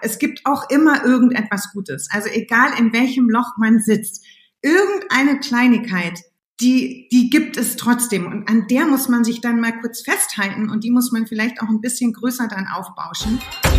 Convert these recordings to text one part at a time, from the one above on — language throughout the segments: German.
es gibt auch immer irgendetwas Gutes. Also egal in welchem Loch man sitzt, irgendeine Kleinigkeit, die gibt es trotzdem. Und an der muss man sich dann mal kurz festhalten und die muss man vielleicht auch ein bisschen größer dann aufbauschen.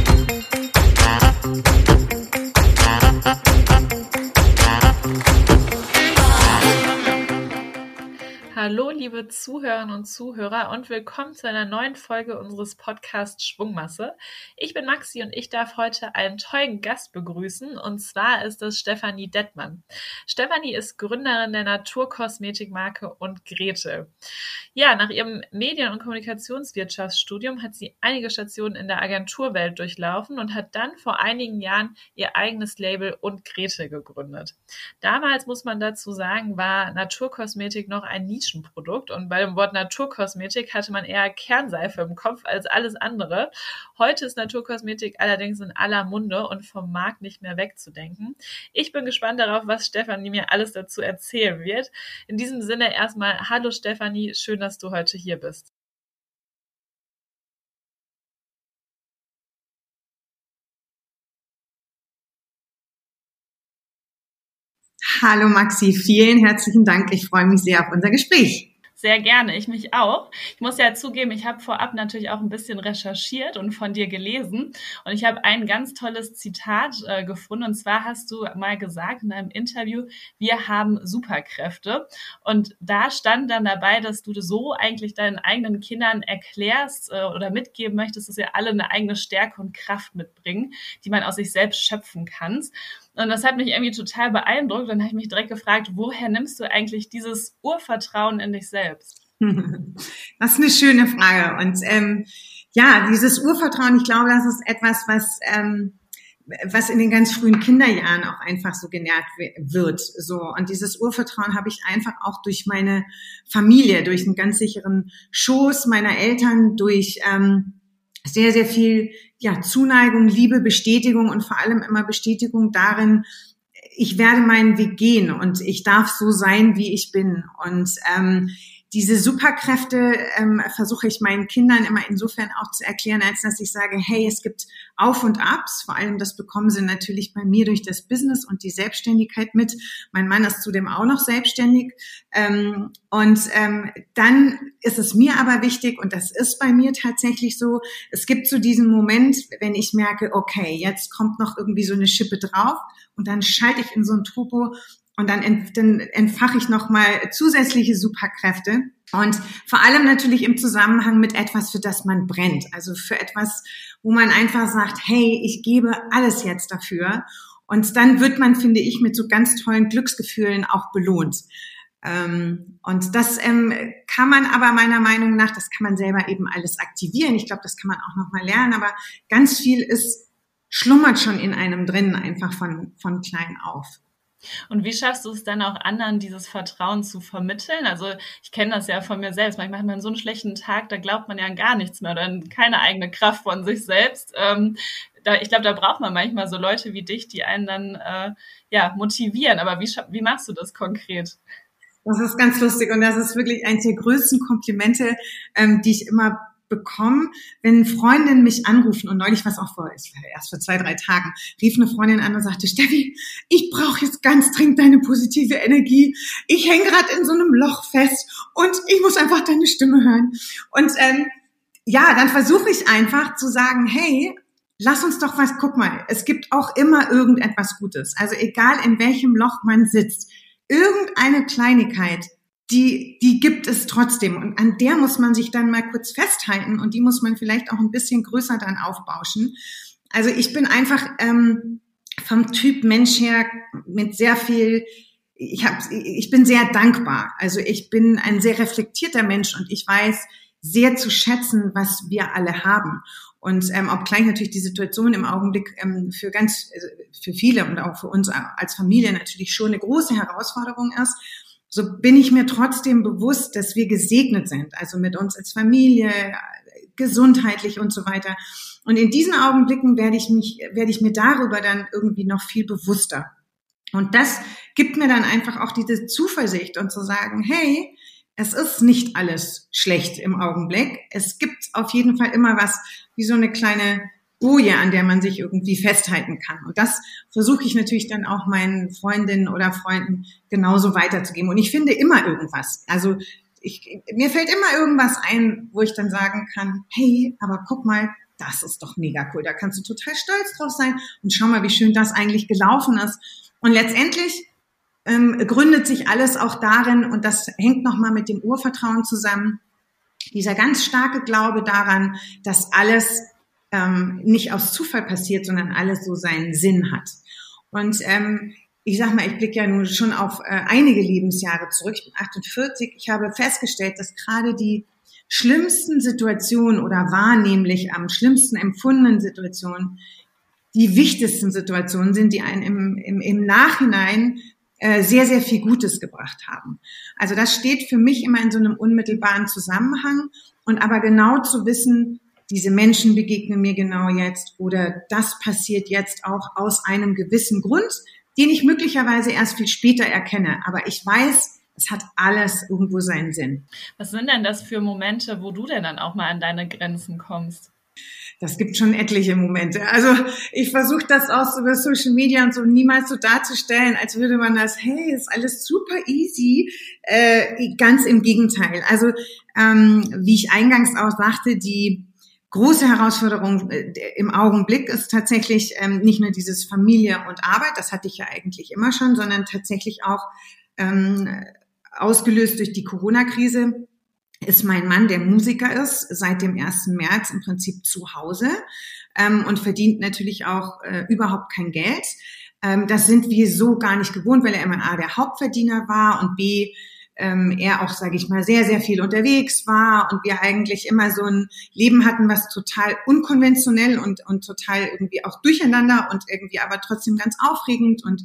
Hallo, liebe Zuhörerinnen und Zuhörer und willkommen zu einer neuen Folge unseres Podcasts Schwungmasse. Ich bin Maxi und ich darf heute einen tollen Gast begrüßen und zwar ist es Stefanie Dettmann. Stefanie ist Gründerin der Naturkosmetikmarke und Grete. Ja, nach ihrem Medien- und Kommunikationswirtschaftsstudium hat sie einige Stationen in der Agenturwelt durchlaufen und hat dann vor einigen Jahren ihr eigenes Label und Grete gegründet. Damals, muss man dazu sagen, war Naturkosmetik noch ein Nischenprodukt und bei dem Wort Naturkosmetik hatte man eher Kernseife im Kopf als alles andere. Heute ist Naturkosmetik allerdings in aller Munde und vom Markt nicht mehr wegzudenken. Ich bin gespannt darauf, was Stefanie mir alles dazu erzählen wird. In diesem Sinne erstmal, hallo Stefanie, schön, dass du heute hier bist. Hallo Maxi, vielen herzlichen Dank. Ich freue mich sehr auf unser Gespräch. Sehr gerne, ich mich auch. Ich muss ja zugeben, ich habe vorab natürlich auch ein bisschen recherchiert und von dir gelesen. Und ich habe ein ganz tolles Zitat gefunden. Und zwar hast du mal gesagt in einem Interview, wir haben Superkräfte. Und da stand dann dabei, dass du so eigentlich deinen eigenen Kindern erklärst oder mitgeben möchtest, dass wir alle eine eigene Stärke und Kraft mitbringen, die man aus sich selbst schöpfen kann. Und das hat mich irgendwie total beeindruckt. Dann habe ich mich direkt gefragt, woher nimmst du eigentlich dieses Urvertrauen in dich selbst? Das ist eine schöne Frage. Und dieses Urvertrauen, ich glaube, das ist etwas, was in den ganz frühen Kinderjahren auch einfach so genährt wird. So. Und dieses Urvertrauen habe ich einfach auch durch meine Familie, durch einen ganz sicheren Schoß meiner Eltern, durch sehr, sehr viel Zuneigung, Liebe, Bestätigung und vor allem immer Bestätigung darin, ich werde meinen Weg gehen und ich darf so sein, wie ich bin. Und diese Superkräfte versuche ich meinen Kindern immer insofern auch zu erklären, als dass ich sage, hey, es gibt Auf und Abs. Vor allem das bekommen sie natürlich bei mir durch das Business und die Selbstständigkeit mit. Mein Mann ist zudem auch noch selbstständig. Dann ist es mir aber wichtig, und das ist bei mir tatsächlich so, es gibt so diesen Moment, wenn ich merke, okay, jetzt kommt noch irgendwie so eine Schippe drauf und dann schalte ich in so ein Turbo und dann entfache ich nochmal zusätzliche Superkräfte. Und vor allem natürlich im Zusammenhang mit etwas, für das man brennt. Also für etwas, wo man einfach sagt, hey, ich gebe alles jetzt dafür. Und dann wird man, finde ich, mit so ganz tollen Glücksgefühlen auch belohnt. Und das kann man aber meiner Meinung nach, das kann man selber eben alles aktivieren. Ich glaube, das kann man auch nochmal lernen. Aber ganz viel schlummert schon in einem drin, einfach von klein auf. Und wie schaffst du es dann auch anderen, dieses Vertrauen zu vermitteln? Also ich kenne das ja von mir selbst. Manchmal hat man so einen schlechten Tag, da glaubt man ja an gar nichts mehr oder an keine eigene Kraft von sich selbst. Ich glaube, da braucht man manchmal so Leute wie dich, die einen dann motivieren. Aber wie machst du das konkret? Das ist ganz lustig und das ist wirklich eines der größten Komplimente, die ich immer bekommen, wenn Freundinnen mich anrufen, und neulich war es auch erst vor 2-3 Tagen, rief eine Freundin an und sagte, Steffi, ich brauche jetzt ganz dringend deine positive Energie. Ich hänge gerade in so einem Loch fest und ich muss einfach deine Stimme hören. Und dann versuche ich einfach zu sagen, hey, lass uns doch guck mal, es gibt auch immer irgendetwas Gutes. Also egal in welchem Loch man sitzt, irgendeine Kleinigkeit, die gibt es trotzdem. Und an der muss man sich dann mal kurz festhalten und die muss man vielleicht auch ein bisschen größer dann aufbauschen. Also ich bin einfach vom Typ Mensch her mit sehr viel, ich bin sehr dankbar. Also ich bin ein sehr reflektierter Mensch und ich weiß sehr zu schätzen, was wir alle haben. Und obgleich natürlich die Situation im Augenblick für viele und auch für uns als Familie natürlich schon eine große Herausforderung ist, so bin ich mir trotzdem bewusst, dass wir gesegnet sind, also mit uns als Familie, gesundheitlich und so weiter. Und in diesen Augenblicken werde ich mir darüber dann irgendwie noch viel bewusster. Und das gibt mir dann einfach auch diese Zuversicht und zu sagen, hey, es ist nicht alles schlecht im Augenblick. Es gibt auf jeden Fall immer was, wie so eine kleine Boje, an der man sich irgendwie festhalten kann. Und das versuche ich natürlich dann auch meinen Freundinnen oder Freunden genauso weiterzugeben. Und ich finde immer irgendwas. Also mir fällt immer irgendwas ein, wo ich dann sagen kann, hey, aber guck mal, das ist doch mega cool. Da kannst du total stolz drauf sein. Und schau mal, wie schön das eigentlich gelaufen ist. Und letztendlich gründet sich alles auch darin, und das hängt nochmal mit dem Urvertrauen zusammen, dieser ganz starke Glaube daran, dass alles nicht aus Zufall passiert, sondern alles so seinen Sinn hat. Und ich sag mal, ich blicke ja nun schon auf einige Lebensjahre zurück. Ich bin 48. Ich habe festgestellt, dass gerade die schlimmsten Situationen oder wahrnehmlich am schlimmsten empfundenen Situationen die wichtigsten Situationen sind, die einen im Nachhinein sehr, sehr viel Gutes gebracht haben. Also das steht für mich immer in so einem unmittelbaren Zusammenhang. Und aber genau zu wissen, diese Menschen begegnen mir genau jetzt oder das passiert jetzt auch aus einem gewissen Grund, den ich möglicherweise erst viel später erkenne. Aber ich weiß, es hat alles irgendwo seinen Sinn. Was sind denn das für Momente, wo du denn dann auch mal an deine Grenzen kommst? Das gibt schon etliche Momente. Also ich versuche das auch so über Social Media und so niemals so darzustellen, als würde man das, hey, ist alles super easy. Ganz im Gegenteil. Also wie ich eingangs auch sagte, die große Herausforderung im Augenblick ist tatsächlich nicht nur dieses Familie und Arbeit, das hatte ich ja eigentlich immer schon, sondern tatsächlich auch ausgelöst durch die Corona-Krise, ist mein Mann, der Musiker ist, seit dem 1. März im Prinzip zu Hause und verdient natürlich auch überhaupt kein Geld. Das sind wir so gar nicht gewohnt, weil er immer A, der Hauptverdiener war und B, er auch, sage ich mal, sehr, sehr viel unterwegs war und wir eigentlich immer so ein Leben hatten, was total unkonventionell und total irgendwie auch durcheinander und irgendwie aber trotzdem ganz aufregend und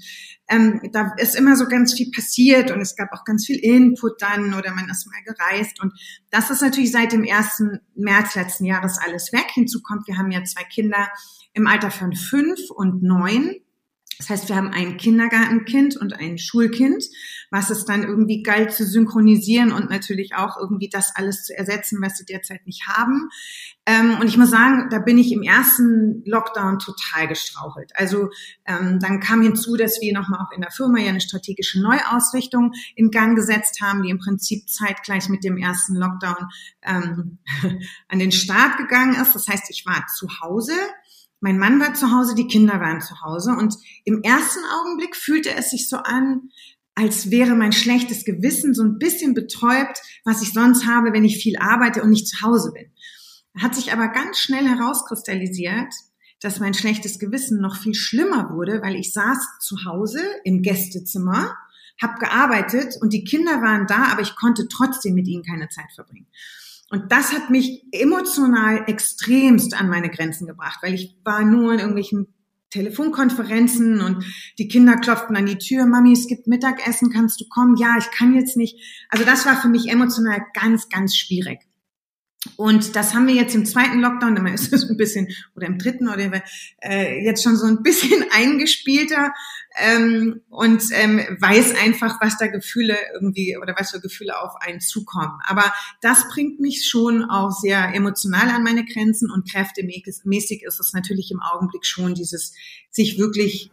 da ist immer so ganz viel passiert und es gab auch ganz viel Input dann oder man ist mal gereist und das ist natürlich seit dem 1. März letzten Jahres alles weg. Hinzu kommt, wir haben ja 2 Kinder im Alter von 5 und 9. Das heißt, wir haben ein Kindergartenkind und ein Schulkind, was es dann irgendwie galt zu synchronisieren und natürlich auch irgendwie das alles zu ersetzen, was sie derzeit nicht haben. Und ich muss sagen, da bin ich im ersten Lockdown total gestrauchelt. Also dann kam hinzu, dass wir nochmal auch in der Firma ja eine strategische Neuausrichtung in Gang gesetzt haben, die im Prinzip zeitgleich mit dem ersten Lockdown an den Start gegangen ist. Das heißt, ich war zu Hause. Mein Mann war zu Hause, die Kinder waren zu Hause und im ersten Augenblick fühlte es sich so an, als wäre mein schlechtes Gewissen so ein bisschen betäubt, was ich sonst habe, wenn ich viel arbeite und nicht zu Hause bin. Hat sich aber ganz schnell herauskristallisiert, dass mein schlechtes Gewissen noch viel schlimmer wurde, weil ich saß zu Hause im Gästezimmer, habe gearbeitet und die Kinder waren da, aber ich konnte trotzdem mit ihnen keine Zeit verbringen. Und das hat mich emotional extremst an meine Grenzen gebracht, weil ich war nur in irgendwelchen Telefonkonferenzen und die Kinder klopften an die Tür, Mami, es gibt Mittagessen, kannst du kommen? Ja, ich kann jetzt nicht. Also das war für mich emotional ganz, ganz schwierig. Und das haben wir jetzt im 2. Lockdown, immer ist es ein bisschen, oder im 3. oder jetzt schon so ein bisschen eingespielter und weiß einfach, was da Gefühle irgendwie oder was für Gefühle auf einen zukommen. Aber das bringt mich schon auch sehr emotional an meine Grenzen und kräftemäßig ist es natürlich im Augenblick schon dieses sich wirklich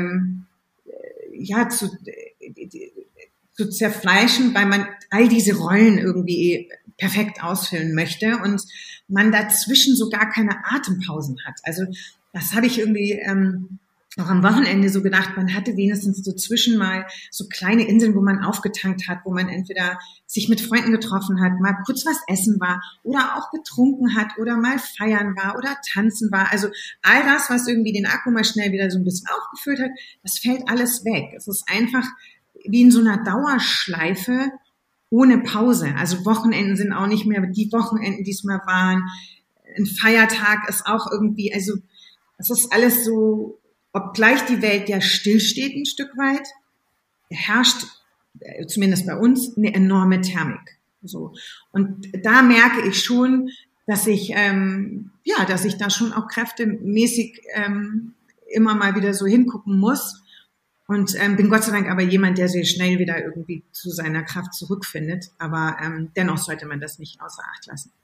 zu zerfleischen, weil man all diese Rollen irgendwie perfekt ausfüllen möchte und man dazwischen so gar keine Atempausen hat. Also das habe ich irgendwie auch am Wochenende so gedacht, man hatte wenigstens so zwischen mal so kleine Inseln, wo man aufgetankt hat, wo man entweder sich mit Freunden getroffen hat, mal kurz was essen war oder auch getrunken hat oder mal feiern war oder tanzen war. Also all das, was irgendwie den Akku mal schnell wieder so ein bisschen aufgefüllt hat, das fällt alles weg. Es ist einfach wie in so einer Dauerschleife ohne Pause. Also Wochenenden sind auch nicht mehr die Wochenenden, die es mal waren. Ein Feiertag ist auch irgendwie, also es ist alles so, obgleich die Welt ja stillsteht ein Stück weit, herrscht, zumindest bei uns, eine enorme Thermik. So. Und da merke ich schon, dass ich da schon auch kräftemäßig immer mal wieder so hingucken muss. Und bin Gott sei Dank aber jemand, der sehr schnell wieder irgendwie zu seiner Kraft zurückfindet. Aber dennoch sollte man das nicht außer Acht lassen.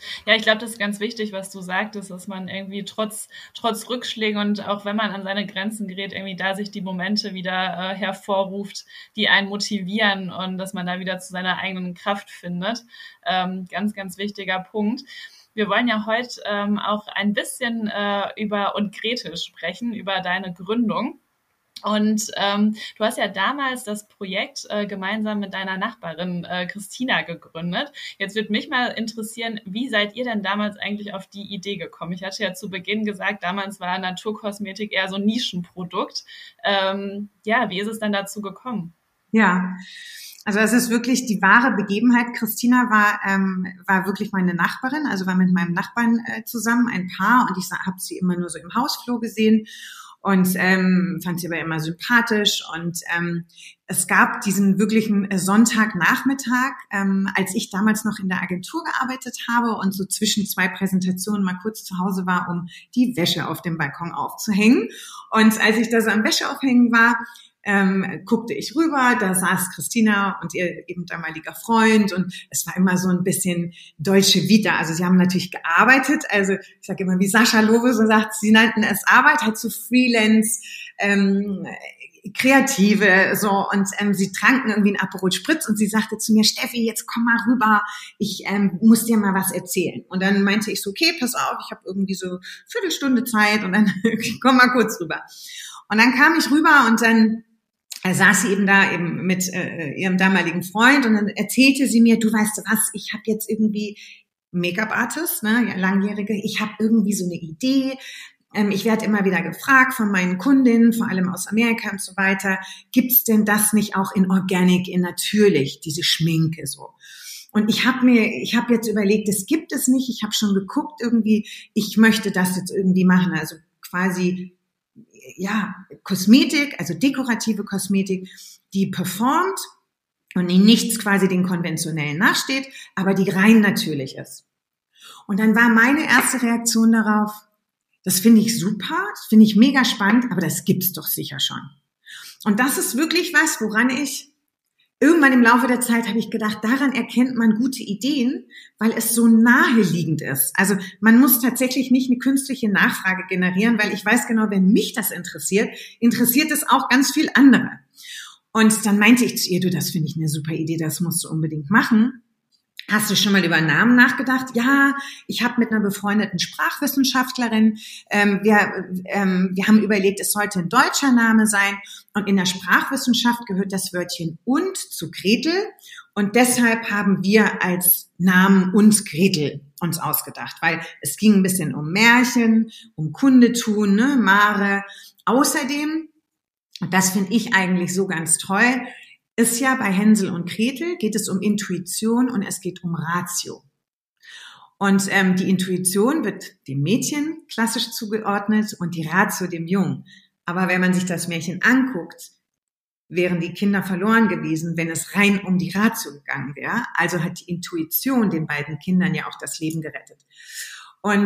Ja, ich glaube, das ist ganz wichtig, was du sagtest, dass man irgendwie trotz Rückschlägen und auch wenn man an seine Grenzen gerät, irgendwie da sich die Momente wieder hervorruft, die einen motivieren und dass man da wieder zu seiner eigenen Kraft findet. Ganz, ganz wichtiger Punkt. Wir wollen ja heute auch ein bisschen über Und Gretel sprechen, über deine Gründung. Und du hast ja damals das Projekt gemeinsam mit deiner Nachbarin Christina gegründet. Jetzt würde mich mal interessieren, wie seid ihr denn damals eigentlich auf die Idee gekommen? Ich hatte ja zu Beginn gesagt, damals war Naturkosmetik eher so ein Nischenprodukt. Wie ist es dann dazu gekommen? Ja, also es ist wirklich die wahre Begebenheit. Christina war wirklich meine Nachbarin, also war mit meinem Nachbarn zusammen, ein Paar, und ich habe sie immer nur so im Hausflur gesehen. Und fand sie aber immer sympathisch. Und es gab diesen wirklichen Sonntagnachmittag, als ich damals noch in der Agentur gearbeitet habe und so zwischen zwei Präsentationen mal kurz zu Hause war, um die Wäsche auf dem Balkon aufzuhängen. Und als ich da so am Wäscheaufhängen war, guckte ich rüber, da saß Christina und ihr eben damaliger Freund, und es war immer so ein bisschen Dolce Vita. Also sie haben natürlich gearbeitet, also ich sage immer, wie Sascha Lobe so sagt, sie nannten es Arbeit, halt so Freelance, Kreative, so, und sie tranken irgendwie einen Aperol Spritz und sie sagte zu mir, Steffi, jetzt komm mal rüber, ich muss dir mal was erzählen. Und dann meinte ich so, okay, pass auf, ich habe irgendwie so Viertelstunde Zeit und dann komm mal kurz rüber. Und dann kam ich rüber und dann saß sie eben da eben mit ihrem damaligen Freund, und dann erzählte sie mir, du weißt was, ich habe jetzt irgendwie Make-up-Artist, ne, ja, langjährige, ich habe irgendwie so eine Idee, ich werde immer wieder gefragt von meinen Kundinnen, vor allem aus Amerika und so weiter, gibt's denn das nicht auch in Organic, in natürlich, diese Schminke so? Und ich habe jetzt überlegt, das gibt es nicht, ich habe schon geguckt irgendwie, ich möchte das jetzt irgendwie machen, also quasi ja, Kosmetik, also dekorative Kosmetik, die performt und die nichts quasi den konventionellen nachsteht, aber die rein natürlich ist. Und dann war meine erste Reaktion darauf, das finde ich super, das finde ich mega spannend, aber das gibt's doch sicher schon. Und das ist wirklich was, woran ich irgendwann im Laufe der Zeit habe ich gedacht, daran erkennt man gute Ideen, weil es so naheliegend ist. Also man muss tatsächlich nicht eine künstliche Nachfrage generieren, weil ich weiß genau, wenn mich das interessiert, interessiert es auch ganz viel andere. Und dann meinte ich zu ihr, du, das finde ich eine super Idee, das musst du unbedingt machen. Hast du schon mal über Namen nachgedacht? Ja, ich habe mit einer befreundeten Sprachwissenschaftlerin, wir haben überlegt, es sollte ein deutscher Name sein, und in der Sprachwissenschaft gehört das Wörtchen und zu Gretel, und deshalb haben wir als Namen uns Gretel uns ausgedacht, weil es ging ein bisschen um Märchen, um Kundetun, ne, Mare. Außerdem, und das finde ich eigentlich so ganz toll, ist ja bei Hänsel und Gretel geht es um Intuition und es geht um Ratio. Und die Intuition wird dem Mädchen klassisch zugeordnet und die Ratio dem Jungen. Aber wenn man sich das Märchen anguckt, wären die Kinder verloren gewesen, wenn es rein um die Ratio gegangen wäre. Also hat die Intuition den beiden Kindern ja auch das Leben gerettet. Und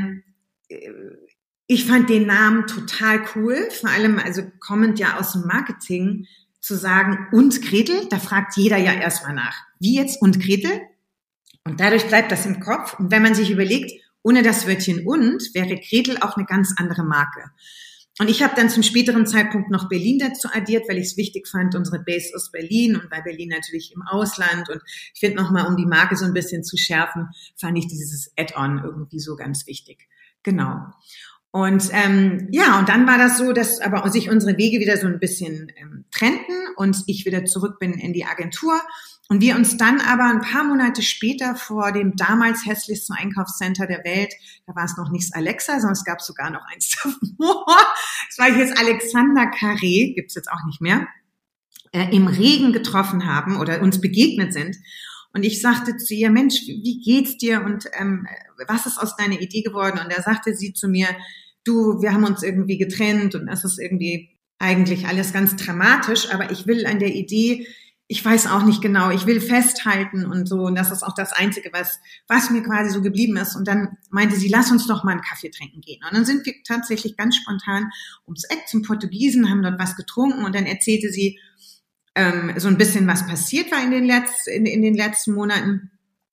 ich fand den Namen total cool, vor allem also kommend ja aus dem Marketing, zu sagen, und Gretel, da fragt jeder ja erstmal nach. Wie jetzt und Gretel? Und dadurch bleibt das im Kopf. Und wenn man sich überlegt, ohne das Wörtchen und, wäre Gretel auch eine ganz andere Marke. Und ich habe dann zum späteren Zeitpunkt noch Berlin dazu addiert, weil ich es wichtig fand, unsere Base ist Berlin und weil Berlin natürlich im Ausland. Und ich finde nochmal, um die Marke so ein bisschen zu schärfen, fand ich dieses Add-on irgendwie so ganz wichtig. Genau. Und und dann war das so, dass aber sich unsere Wege wieder so ein bisschen trennten und ich wieder zurück bin in die Agentur und wir uns dann aber ein paar Monate später vor dem damals hässlichsten Einkaufscenter der Welt, da war es noch nicht Alexa, sondern es gab sogar noch eins davor, das war jetzt Alexander Carré, gibt's jetzt auch nicht mehr, im Regen getroffen haben oder uns begegnet sind. Und ich sagte zu ihr, Mensch, wie geht's dir und was ist aus deiner Idee geworden? Und da sagte sie zu mir, du, wir haben uns irgendwie getrennt und das ist irgendwie eigentlich alles ganz dramatisch, aber ich will an der Idee, ich weiß auch nicht genau, ich will festhalten und so, und das ist auch das Einzige, was mir quasi so geblieben ist. Und dann meinte sie, lass uns doch mal einen Kaffee trinken gehen. Und dann sind wir tatsächlich ganz spontan ums Eck zum Portugiesen, haben dort was getrunken und dann erzählte sie so ein bisschen, was passiert war in den letzten Monaten.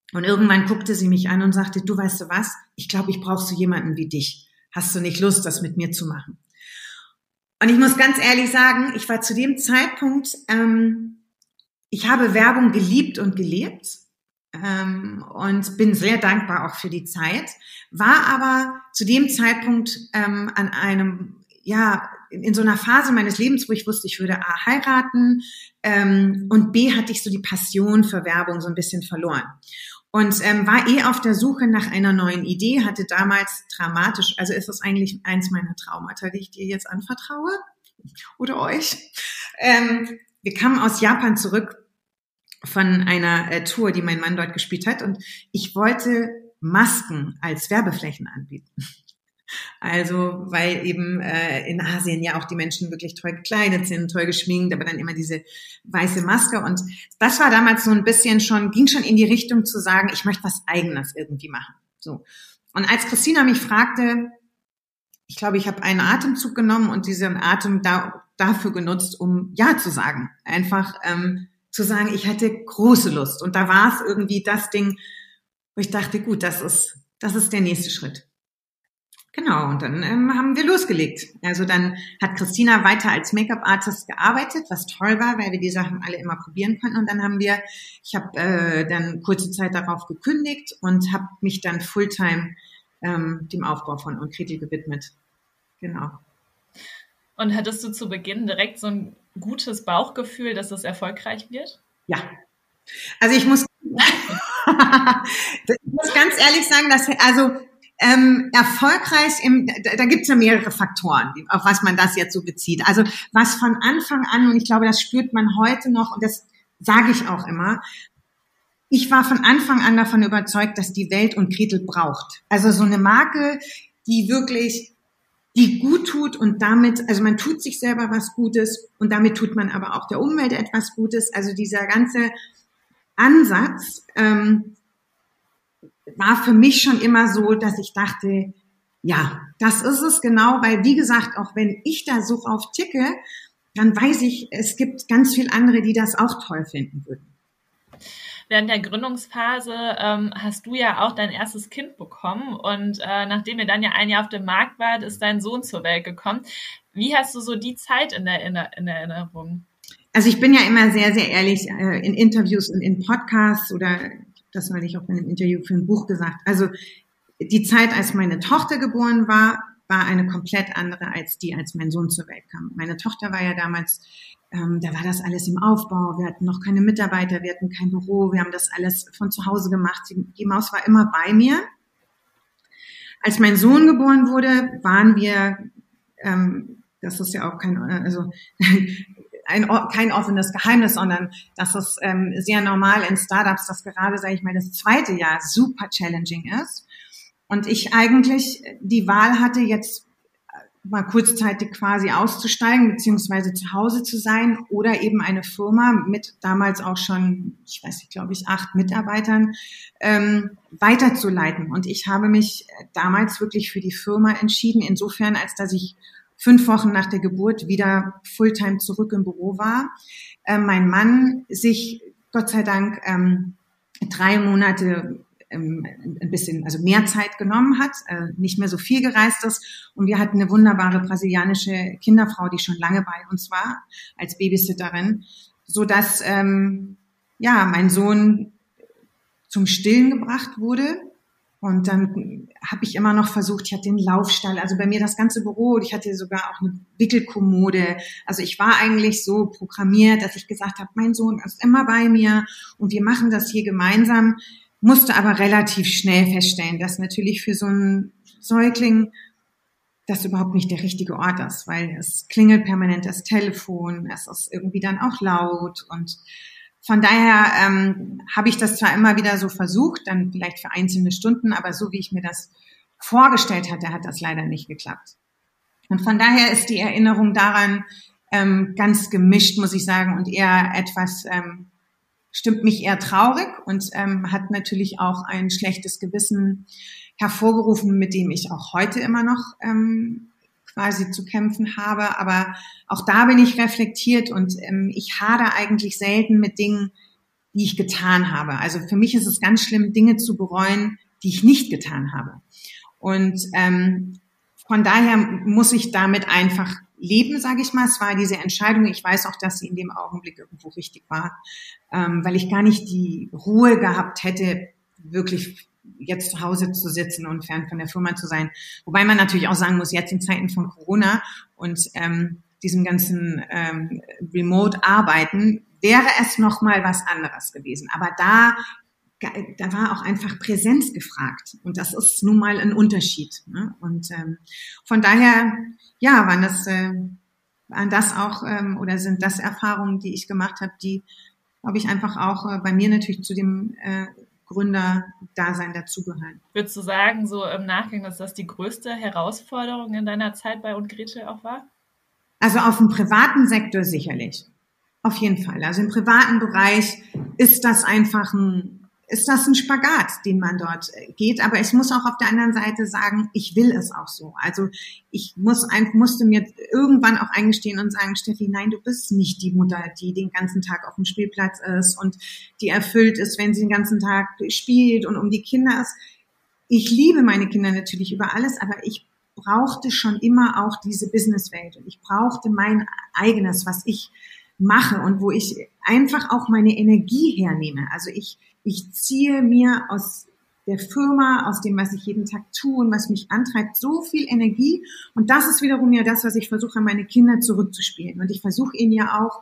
Und irgendwann guckte sie mich an und sagte, du, weißt du was, ich glaube, ich brauche so jemanden wie dich. Hast du nicht Lust, das mit mir zu machen? Und ich muss ganz ehrlich sagen, ich war zu dem Zeitpunkt, ich habe Werbung geliebt und gelebt und bin sehr dankbar auch für die Zeit, war aber zu dem Zeitpunkt an einem, in so einer Phase meines Lebens, wo ich wusste, ich würde A, heiraten und B, hatte ich so die Passion für Werbung so ein bisschen verloren. Und war auf der Suche nach einer neuen Idee, hatte damals dramatisch, also ist das eigentlich eins meiner Traumata, die ich dir jetzt anvertraue oder euch. Wir kamen aus Japan zurück von einer Tour, die mein Mann dort gespielt hat, und ich wollte Masken als Werbeflächen anbieten. Also, weil eben in Asien ja auch die Menschen wirklich toll gekleidet sind, toll geschminkt, aber dann immer diese weiße Maske. Und das war damals so ein bisschen ging schon in die Richtung zu sagen, ich möchte was Eigenes irgendwie machen. So. Und als Christina mich fragte, ich glaube, ich habe einen Atemzug genommen und diesen Atem dafür genutzt, um Ja zu sagen. Einfach zu sagen, ich hätte große Lust. Und da war es irgendwie das Ding, wo ich dachte, gut, das ist der nächste Schritt. Genau, und dann haben wir losgelegt. Also dann hat Christina weiter als Make-up-Artist gearbeitet, was toll war, weil wir die Sachen alle immer probieren konnten. Und dann ich habe dann kurze Zeit darauf gekündigt und habe mich dann Fulltime dem Aufbau von Uncretil gewidmet. Genau. Und hattest du zu Beginn direkt so ein gutes Bauchgefühl, dass es erfolgreich wird? Ja. Also ich muss ganz ehrlich sagen, dass erfolgreich da gibt's ja mehrere Faktoren, auf was man das jetzt so bezieht. Also was von Anfang an, und ich glaube, das spürt man heute noch, und das sage ich auch immer, ich war von Anfang an davon überzeugt, dass die Welt Uncretil braucht. Also so eine Marke, die gut tut und damit, also man tut sich selber was Gutes und damit tut man aber auch der Umwelt etwas Gutes. Also dieser ganze Ansatz war für mich schon immer so, dass ich dachte, ja, das ist es genau, weil wie gesagt, auch wenn ich da so drauf ticke, dann weiß ich, es gibt ganz viele andere, die das auch toll finden würden. Während der Gründungsphase hast du ja auch dein erstes Kind bekommen und nachdem ihr dann ja ein Jahr auf dem Markt wart, ist dein Sohn zur Welt gekommen. Wie hast du so die Zeit in Erinnerung? Also ich bin ja immer sehr, sehr ehrlich in Interviews und in Podcasts oder das hatte ich auch in einem Interview für ein Buch gesagt. Also die Zeit, als meine Tochter geboren war eine komplett andere als mein Sohn zur Welt kam. Meine Tochter war ja damals, da war das alles im Aufbau. Wir hatten noch keine Mitarbeiter, wir hatten kein Büro, wir haben das alles von zu Hause gemacht. Die Maus war immer bei mir. Als mein Sohn geboren wurde, waren wir, das ist ja auch kein offenes Geheimnis, sondern das ist sehr normal in Startups, dass gerade, sage ich mal, das zweite Jahr super challenging ist. Und ich eigentlich die Wahl hatte, jetzt mal kurzzeitig quasi auszusteigen, beziehungsweise zu Hause zu sein oder eben eine Firma mit damals auch schon, ich weiß nicht, glaube ich, 8 Mitarbeitern weiterzuleiten. Und ich habe mich damals wirklich für die Firma entschieden, insofern, als dass ich 5 Wochen nach der Geburt wieder Fulltime zurück im Büro war. Mein Mann sich Gott sei Dank 3 Monate ein bisschen, also mehr Zeit genommen hat, nicht mehr so viel gereist ist. Und wir hatten eine wunderbare brasilianische Kinderfrau, die schon lange bei uns war, als Babysitterin, so dass mein Sohn zum Stillen gebracht wurde. Und dann habe ich immer noch versucht, ich hatte den Laufstall, also bei mir das ganze Büro, ich hatte sogar auch eine Wickelkommode. Also ich war eigentlich so programmiert, dass ich gesagt habe, mein Sohn ist immer bei mir und wir machen das hier gemeinsam, musste aber relativ schnell feststellen, dass natürlich für so einen Säugling das überhaupt nicht der richtige Ort ist, weil es klingelt permanent das Telefon, es ist irgendwie dann auch laut und von daher habe ich das zwar immer wieder so versucht, dann vielleicht für einzelne Stunden, aber so wie ich mir das vorgestellt hatte, hat das leider nicht geklappt. Und von daher ist die Erinnerung daran ganz gemischt, muss ich sagen, und eher etwas, stimmt mich eher traurig und hat natürlich auch ein schlechtes Gewissen hervorgerufen, mit dem ich auch heute immer noch quasi zu kämpfen habe, aber auch da bin ich reflektiert und ich hadere eigentlich selten mit Dingen, die ich getan habe. Also für mich ist es ganz schlimm, Dinge zu bereuen, die ich nicht getan habe. Und von daher muss ich damit einfach leben, sage ich mal. Es war diese Entscheidung. Ich weiß auch, dass sie in dem Augenblick irgendwo richtig war, weil ich gar nicht die Ruhe gehabt hätte, wirklich jetzt zu Hause zu sitzen und fern von der Firma zu sein. Wobei man natürlich auch sagen muss, jetzt in Zeiten von Corona und diesem ganzen Remote-Arbeiten wäre es noch mal was anderes gewesen. Aber da war auch einfach Präsenz gefragt. Und das ist nun mal ein Unterschied. Ne? Und von daher, ja, waren das auch oder sind das Erfahrungen, die ich gemacht habe, die, glaube ich, einfach auch bei mir natürlich zu dem Gründerdasein dazugehören. Würdest du sagen, so im Nachgang, dass das die größte Herausforderung in deiner Zeit bei Gretel auch war? Also auf dem privaten Sektor sicherlich. Auf jeden Fall. Also im privaten Bereich ist das einfach ein Spagat, den man dort geht. Aber ich muss auch auf der anderen Seite sagen, ich will es auch so. Also ich musste mir irgendwann auch eingestehen und sagen, Steffi, nein, du bist nicht die Mutter, die den ganzen Tag auf dem Spielplatz ist und die erfüllt ist, wenn sie den ganzen Tag spielt und um die Kinder ist. Ich liebe meine Kinder natürlich über alles, aber ich brauchte schon immer auch diese Businesswelt und ich brauchte mein eigenes, was ich mache und wo ich einfach auch meine Energie hernehme. Also ich ziehe mir aus der Firma, aus dem, was ich jeden Tag tue und was mich antreibt, so viel Energie. Und das ist wiederum ja das, was ich versuche, an meine Kinder zurückzuspielen. Und ich versuche ihnen ja auch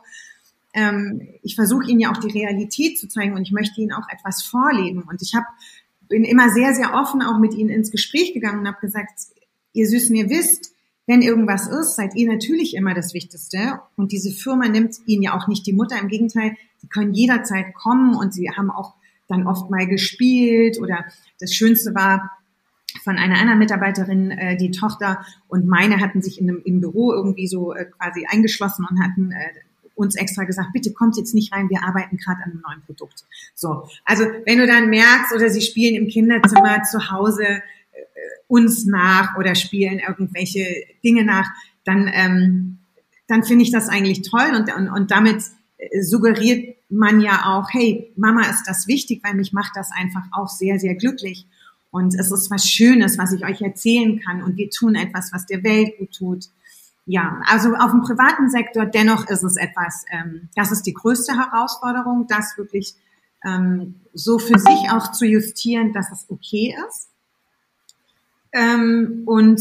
die Realität zu zeigen und ich möchte ihnen auch etwas vorleben. Und bin immer sehr, sehr offen auch mit ihnen ins Gespräch gegangen und habe gesagt, ihr Süßen, ihr wisst, wenn irgendwas ist, seid ihr natürlich immer das Wichtigste. Und diese Firma nimmt ihnen ja auch nicht die Mutter. Im Gegenteil, sie können jederzeit kommen und sie haben auch dann oft mal gespielt. Oder das Schönste war von einer anderen Mitarbeiterin, die Tochter und meine hatten sich im Büro irgendwie so quasi eingeschlossen und hatten uns extra gesagt, bitte kommt jetzt nicht rein, wir arbeiten gerade an einem neuen Produkt. So, also wenn du dann merkst, oder sie spielen im Kinderzimmer zu Hause uns nach oder spielen irgendwelche Dinge nach, dann finde ich das eigentlich toll und damit suggeriert man ja auch, hey, Mama ist das wichtig, weil mich macht das einfach auch sehr, sehr glücklich und es ist was Schönes, was ich euch erzählen kann und wir tun etwas, was der Welt gut tut. Ja, also auf dem privaten Sektor dennoch ist es etwas, das ist die größte Herausforderung, das wirklich so für sich auch zu justieren, dass es okay ist. Und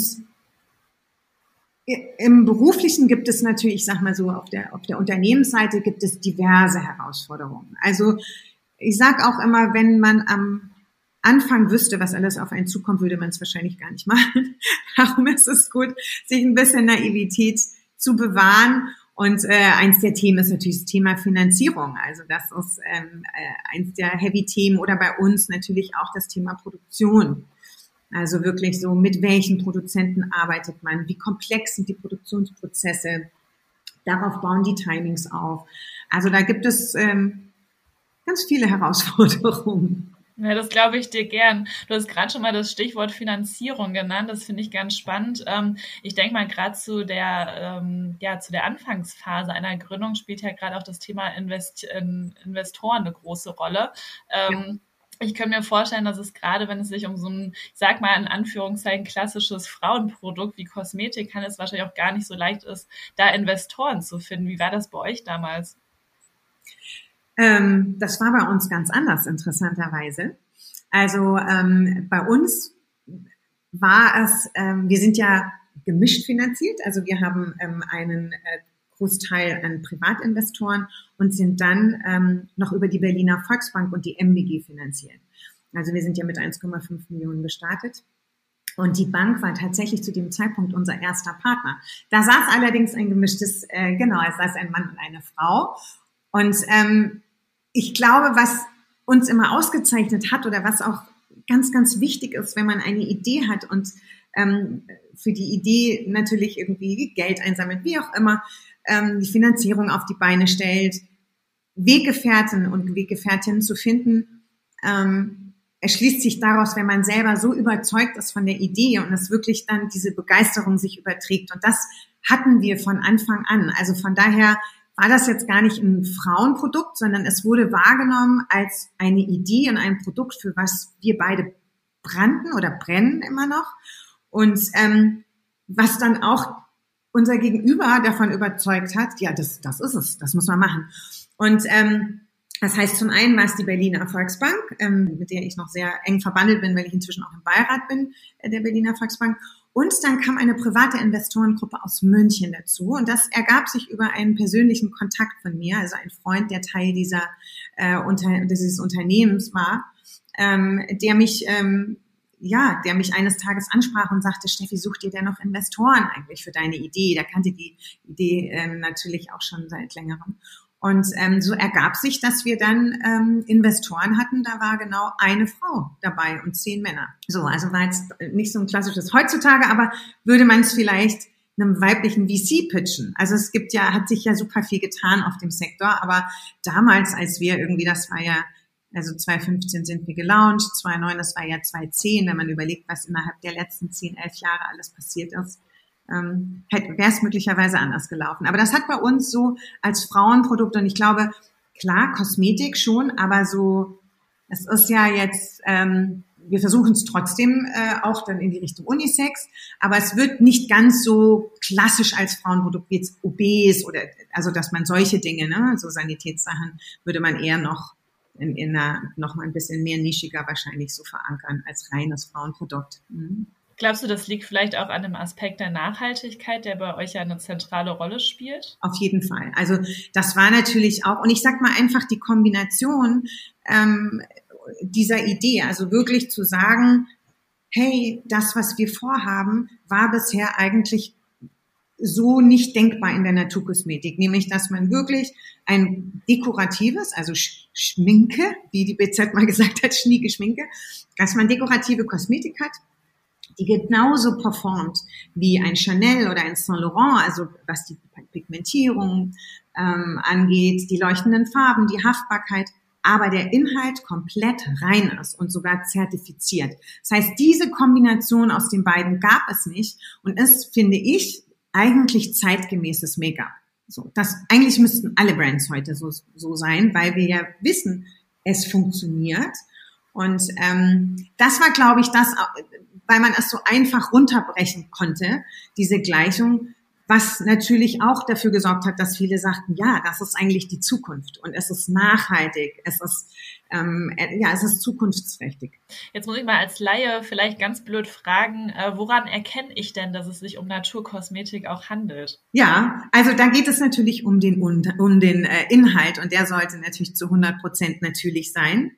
im Beruflichen gibt es natürlich, ich sag mal so, auf der Unternehmensseite gibt es diverse Herausforderungen. Also ich sag auch immer, wenn man am Anfang wüsste, was alles auf einen zukommt, würde man es wahrscheinlich gar nicht machen. Darum ist es gut, sich ein bisschen Naivität zu bewahren. Und eins der Themen ist natürlich das Thema Finanzierung. Also das ist eins der Heavy-Themen oder bei uns natürlich auch das Thema Produktion. Also wirklich so, mit welchen Produzenten arbeitet man? Wie komplex sind die Produktionsprozesse? Darauf bauen die Timings auf. Also da gibt es ganz viele Herausforderungen. Ja, das glaube ich dir gern. Du hast gerade schon mal das Stichwort Finanzierung genannt. Das finde ich ganz spannend. Ich denke mal, gerade zu der Anfangsphase einer Gründung spielt ja gerade auch das Thema Investoren eine große Rolle. Ich kann mir vorstellen, dass es gerade, wenn es sich um so ein, ich sag mal in Anführungszeichen, klassisches Frauenprodukt wie Kosmetik handelt, es wahrscheinlich auch gar nicht so leicht ist, da Investoren zu finden. Wie war das bei euch damals? Das war bei uns ganz anders, interessanterweise. Also bei uns war es, wir sind ja gemischt finanziert, also wir haben einen Großteil an Privatinvestoren und sind dann noch über die Berliner Volksbank und die MBG finanziert. Also wir sind ja mit 1,5 Millionen gestartet. Und die Bank war tatsächlich zu dem Zeitpunkt unser erster Partner. Da saß allerdings ein gemischtes, es saß ein Mann und eine Frau. Und ich glaube, was uns immer ausgezeichnet hat oder was auch ganz, ganz wichtig ist, wenn man eine Idee hat und für die Idee natürlich irgendwie Geld einsammelt, wie auch immer, die Finanzierung auf die Beine stellt, Weggefährten und Weggefährtinnen zu finden, erschließt sich daraus, wenn man selber so überzeugt ist von der Idee und es wirklich dann diese Begeisterung sich überträgt. Und das hatten wir von Anfang an. Also von daher war das jetzt gar nicht ein Frauenprodukt, sondern es wurde wahrgenommen als eine Idee und ein Produkt, für was wir beide brannten oder brennen immer noch. Und was dann auch unser Gegenüber davon überzeugt hat, ja, das ist es, das muss man machen. Und das heißt, zum einen war es die Berliner Volksbank, mit der ich noch sehr eng verbandelt bin, weil ich inzwischen auch im Beirat bin der Berliner Volksbank. Und dann kam eine private Investorengruppe aus München dazu. Und das ergab sich über einen persönlichen Kontakt von mir, also ein Freund, der Teil dieses Unternehmens war, der mich eines Tages ansprach und sagte, Steffi, such dir denn noch Investoren eigentlich für deine Idee? Der kannte die Idee natürlich auch schon seit längerem. Und so ergab sich, dass wir dann Investoren hatten. Da war genau eine Frau dabei und 10 Männer. So, also war jetzt nicht so ein klassisches heutzutage, aber würde man es vielleicht einem weiblichen VC pitchen. Also es hat sich ja super viel getan auf dem Sektor, aber damals, als wir irgendwie, das war ja, also 2015 sind wir gelauncht, 2009, das war ja 2010, wenn man überlegt, was innerhalb der letzten 10, 11 Jahre alles passiert ist, wäre es möglicherweise anders gelaufen. Aber das hat bei uns so als Frauenprodukt, und ich glaube, klar, Kosmetik schon, aber so, es ist ja jetzt, wir versuchen es trotzdem auch dann in die Richtung Unisex, aber es wird nicht ganz so klassisch als Frauenprodukt wie jetzt OBs oder, also dass man solche Dinge, ne, so Sanitätssachen, würde man eher noch noch mal ein bisschen mehr nischiger wahrscheinlich so verankern als reines Frauenprodukt. Mhm. Glaubst du, das liegt vielleicht auch an dem Aspekt der Nachhaltigkeit, der bei euch ja eine zentrale Rolle spielt? Auf jeden Fall. Also das war natürlich auch, und ich sag mal einfach die Kombination dieser Idee, also wirklich zu sagen, hey, das, was wir vorhaben, war bisher eigentlich so nicht denkbar in der Naturkosmetik, nämlich, dass man wirklich ein dekoratives, also Schminke, wie die BZ mal gesagt hat, schnieke Schminke, dass man dekorative Kosmetik hat, die genauso performt wie ein Chanel oder ein Saint Laurent, also was die Pigmentierung angeht, die leuchtenden Farben, die Haftbarkeit, aber der Inhalt komplett rein ist und sogar zertifiziert. Das heißt, diese Kombination aus den beiden gab es nicht und ist, finde ich, eigentlich zeitgemäßes Make-up. So, eigentlich müssten alle Brands heute so sein, weil wir ja wissen, es funktioniert. Und das war, glaube ich, weil man es so einfach runterbrechen konnte, diese Gleichung, was natürlich auch dafür gesorgt hat, dass viele sagten, ja, das ist eigentlich die Zukunft und es ist nachhaltig, es ist zukunftsträchtig. Jetzt muss ich mal als Laie vielleicht ganz blöd fragen, woran erkenne ich denn, dass es sich um Naturkosmetik auch handelt? Ja, also da geht es natürlich um den Inhalt und der sollte natürlich zu 100% natürlich sein.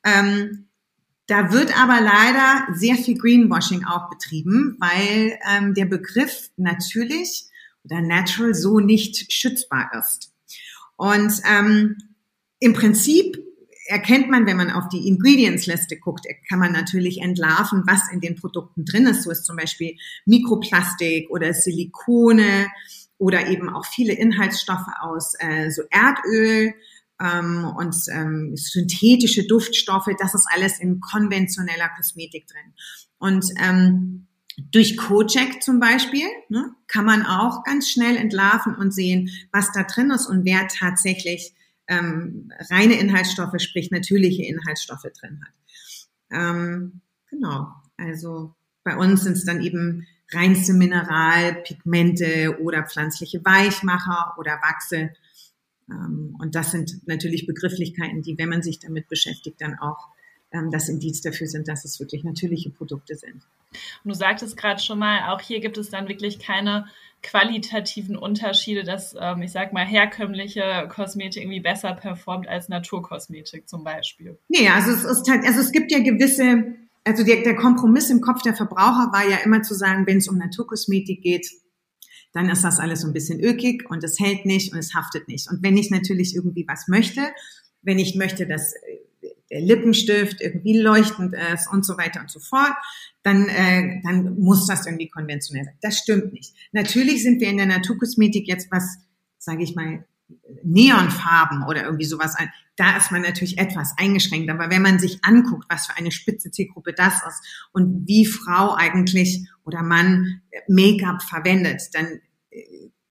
Da wird aber leider sehr viel Greenwashing auch betrieben, weil der Begriff natürlich oder natural so nicht schützbar ist. Und im Prinzip erkennt man, wenn man auf die Ingredients-Liste guckt, kann man natürlich entlarven, was in den Produkten drin ist. So ist zum Beispiel Mikroplastik oder Silikone oder eben auch viele Inhaltsstoffe aus so Erdöl und synthetische Duftstoffe. Das ist alles in konventioneller Kosmetik drin. Und durch CoCheck zum Beispiel kann man auch ganz schnell entlarven und sehen, was da drin ist und wer tatsächlich reine Inhaltsstoffe, sprich natürliche Inhaltsstoffe drin hat. Genau, also bei uns sind es dann eben reinste Mineralpigmente oder pflanzliche Weichmacher oder Wachse. Und das sind natürlich Begrifflichkeiten, die, wenn man sich damit beschäftigt, dann auch das Indiz dafür sind, dass es wirklich natürliche Produkte sind. Und du sagtest gerade schon mal, auch hier gibt es dann wirklich keine qualitativen Unterschiede, dass, ich sag mal, herkömmliche Kosmetik irgendwie besser performt als Naturkosmetik zum Beispiel. Nee, also es gibt ja gewisse, also der Kompromiss im Kopf der Verbraucher war ja immer zu sagen, wenn es um Naturkosmetik geht, dann ist das alles so ein bisschen ökig und es hält nicht und es haftet nicht. Und wenn ich natürlich irgendwie was möchte, wenn ich möchte, dass der Lippenstift irgendwie leuchtend ist und so weiter und so fort, dann muss das irgendwie konventionell sein. Das stimmt nicht. Natürlich sind wir in der Naturkosmetik jetzt was, sage ich mal, Neonfarben oder irgendwie sowas. Da ist man natürlich etwas eingeschränkt. Aber wenn man sich anguckt, was für eine spitze Zielgruppe das ist und wie Frau eigentlich oder Mann Make-up verwendet, dann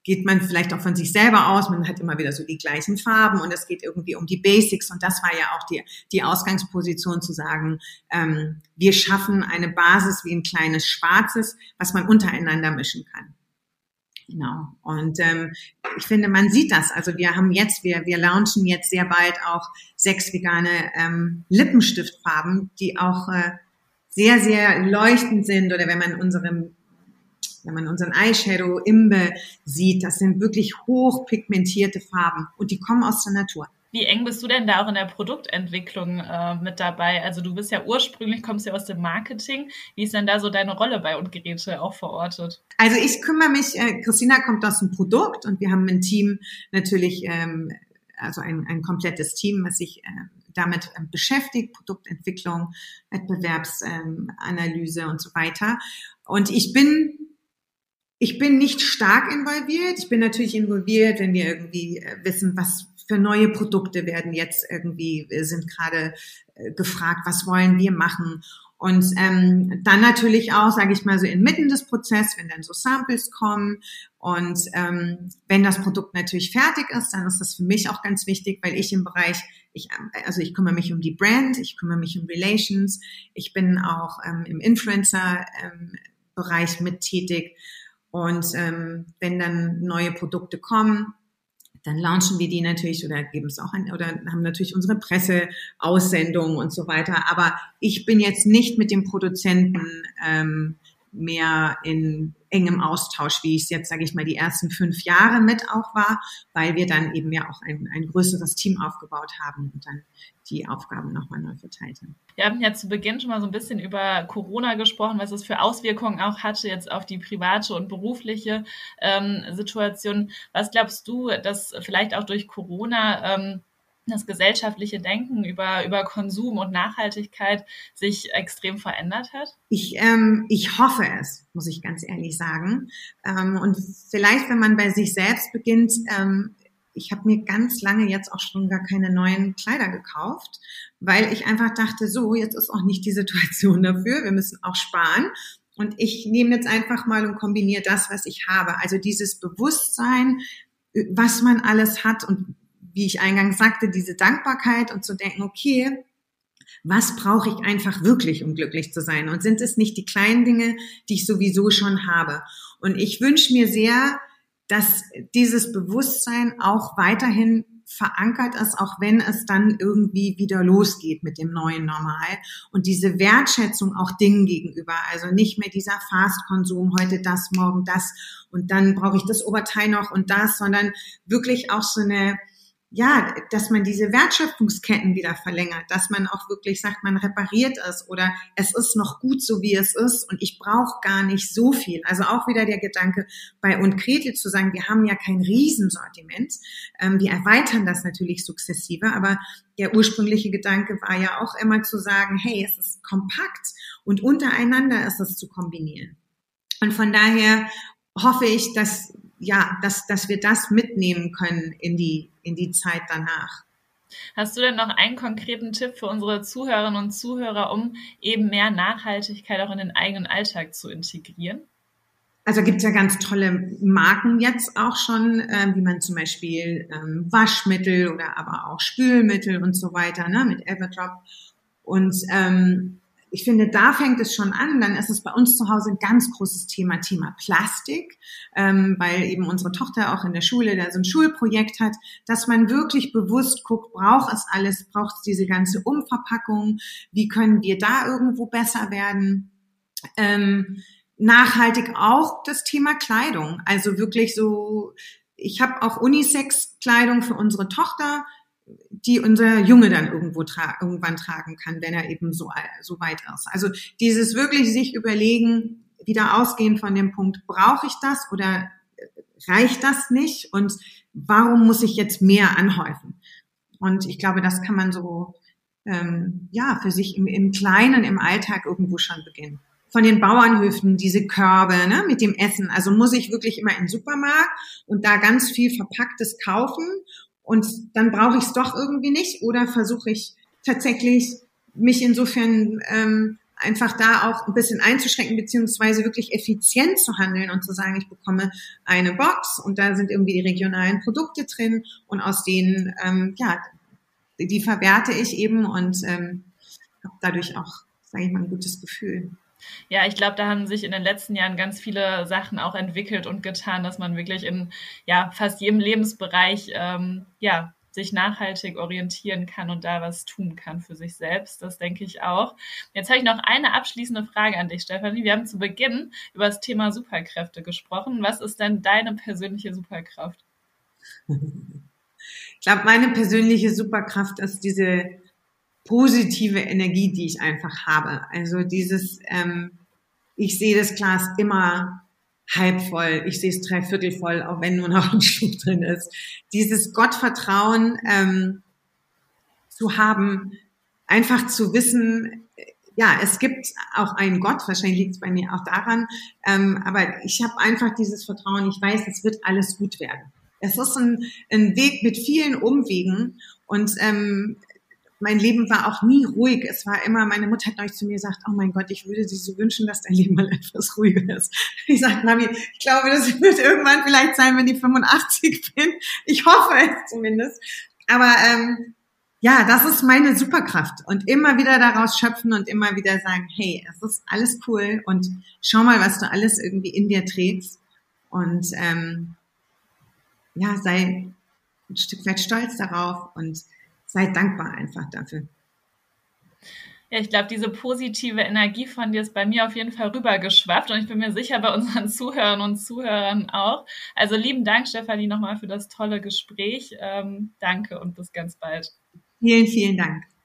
geht man vielleicht auch von sich selber aus, man hat immer wieder so die gleichen Farben und es geht irgendwie um die Basics und das war ja auch die Ausgangsposition zu sagen, wir schaffen eine Basis wie ein kleines Schwarzes, was man untereinander mischen kann. Genau. Und ich finde, man sieht das. Also wir launchen jetzt sehr bald auch 6 vegane Lippenstiftfarben, die auch sehr, sehr leuchtend sind oder wenn man unseren Eyeshadow Imbe sieht, das sind wirklich hochpigmentierte Farben und die kommen aus der Natur. Wie eng bist du denn da auch in der Produktentwicklung mit dabei? Also du kommst ja aus dem Marketing. Wie ist denn da so deine Rolle bei Und Geräte auch verortet? Also ich kümmere mich, Christina kommt aus dem Produkt und wir haben ein Team natürlich, also ein komplettes Team, was sich damit beschäftigt, Produktentwicklung, Wettbewerbsanalyse und so weiter. Und ich bin nicht stark involviert. Ich bin natürlich involviert, wenn wir irgendwie wissen, was für neue Produkte sind gerade gefragt, was wollen wir machen. Und dann natürlich auch, sage ich mal, so inmitten des Prozesses, wenn dann so Samples kommen und wenn das Produkt natürlich fertig ist, dann ist das für mich auch ganz wichtig, weil ich ich kümmere mich um die Brand, ich kümmere mich um Relations, ich bin auch im Influencer-Bereich mit tätig. Und wenn dann neue Produkte kommen, dann launchen wir die natürlich oder geben es auch an oder haben natürlich unsere Presseaussendungen und so weiter. Aber ich bin jetzt nicht mit dem Produzenten mehr in engem Austausch, wie ich es jetzt, sage ich mal, die ersten 5 Jahre mit auch war, weil wir dann eben ja auch ein größeres Team aufgebaut haben und dann die Aufgaben nochmal neu verteilt haben. Wir haben ja zu Beginn schon mal so ein bisschen über Corona gesprochen, was es für Auswirkungen auch hatte jetzt auf die private und berufliche Situation. Was glaubst du, dass vielleicht auch durch Corona das gesellschaftliche Denken über Konsum und Nachhaltigkeit sich extrem verändert hat? Ich hoffe es, muss ich ganz ehrlich sagen. Und vielleicht, wenn man bei sich selbst beginnt, ich habe mir ganz lange jetzt auch schon gar keine neuen Kleider gekauft, weil ich einfach dachte, so, jetzt ist auch nicht die Situation dafür, wir müssen auch sparen. Und ich nehme jetzt einfach mal und kombiniere das, was ich habe. Also dieses Bewusstsein, was man alles hat und wie ich eingangs sagte, diese Dankbarkeit und zu denken, okay, was brauche ich einfach wirklich, um glücklich zu sein? Und sind es nicht die kleinen Dinge, die ich sowieso schon habe? Und ich wünsche mir sehr, dass dieses Bewusstsein auch weiterhin verankert ist, auch wenn es dann irgendwie wieder losgeht mit dem neuen Normal. Und diese Wertschätzung auch Dingen gegenüber, also nicht mehr dieser Fast-Konsum, heute das, morgen das und dann brauche ich das Oberteil noch und das, sondern wirklich auch so eine, ja, dass man diese Wertschöpfungsketten wieder verlängert, dass man auch wirklich sagt, man repariert es oder es ist noch gut so, wie es ist und ich brauche gar nicht so viel. Also auch wieder der Gedanke bei Und Gretel zu sagen, wir haben ja kein Riesensortiment, wir erweitern das natürlich sukzessive, aber der ursprüngliche Gedanke war ja auch immer zu sagen, hey, es ist kompakt und untereinander ist es zu kombinieren. Und von daher hoffe ich, dass wir das mitnehmen können in die Zeit danach. Hast du denn noch einen konkreten Tipp für unsere Zuhörerinnen und Zuhörer, um eben mehr Nachhaltigkeit auch in den eigenen Alltag zu integrieren? Also gibt es ja ganz tolle Marken jetzt auch schon, wie man zum Beispiel Waschmittel oder aber auch Spülmittel und so weiter, ne, mit Everdrop. Und ich finde, da fängt es schon an, dann ist es bei uns zu Hause ein ganz großes Thema Plastik, weil eben unsere Tochter auch in der Schule da so ein Schulprojekt hat, dass man wirklich bewusst guckt, braucht es alles, braucht es diese ganze Umverpackung, wie können wir da irgendwo besser werden? Nachhaltig auch das Thema Kleidung, also wirklich so, ich habe auch Unisex-Kleidung für unsere Tochter, die unser Junge dann irgendwann tragen kann, wenn er eben so weit ist. Also dieses wirklich sich überlegen, wieder ausgehen von dem Punkt, brauche ich das oder reicht das nicht und warum muss ich jetzt mehr anhäufen? Und ich glaube, das kann man so für sich im Kleinen, im Alltag irgendwo schon beginnen. Von den Bauernhöfen, diese Körbe, ne, mit dem Essen. Also muss ich wirklich immer in den Supermarkt und da ganz viel Verpacktes kaufen und dann brauche ich es doch irgendwie nicht oder versuche ich tatsächlich mich insofern einfach da auch ein bisschen einzuschränken, beziehungsweise wirklich effizient zu handeln und zu sagen, ich bekomme eine Box und da sind irgendwie die regionalen Produkte drin und aus denen, die verwerte ich eben und habe dadurch auch, sage ich mal, ein gutes Gefühl. Ja, ich glaube, da haben sich in den letzten Jahren ganz viele Sachen auch entwickelt und getan, dass man wirklich in fast jedem Lebensbereich sich nachhaltig orientieren kann und da was tun kann für sich selbst. Das denke ich auch. Jetzt habe ich noch eine abschließende Frage an dich, Stefanie. Wir haben zu Beginn über das Thema Superkräfte gesprochen. Was ist denn deine persönliche Superkraft? Ich glaube, meine persönliche Superkraft ist diese positive Energie, die ich einfach habe. Also dieses, ich sehe das Glas immer halb voll, ich sehe es 3/4 voll, auch wenn nur noch ein Schluck drin ist. Dieses Gottvertrauen zu haben, einfach zu wissen, ja, es gibt auch einen Gott, wahrscheinlich liegt es bei mir auch daran, aber ich habe einfach dieses Vertrauen, ich weiß, es wird alles gut werden. Es ist ein Weg mit vielen Umwegen und mein Leben war auch nie ruhig. Es war immer, meine Mutter hat neulich zu mir gesagt, oh mein Gott, ich würde dir so wünschen, dass dein Leben mal etwas ruhiger ist. Ich sage, Mami, ich glaube, das wird irgendwann vielleicht sein, wenn ich 85 bin. Ich hoffe es zumindest. Aber das ist meine Superkraft. Und immer wieder daraus schöpfen und immer wieder sagen, hey, es ist alles cool und schau mal, was du alles irgendwie in dir trägst. Und sei ein Stück weit stolz darauf und sei dankbar einfach dafür. Ja, ich glaube, diese positive Energie von dir ist bei mir auf jeden Fall rübergeschwappt und ich bin mir sicher, bei unseren Zuhörern und Zuhörern auch. Also lieben Dank, Stefanie, nochmal für das tolle Gespräch. Danke und bis ganz bald. Vielen, vielen Dank.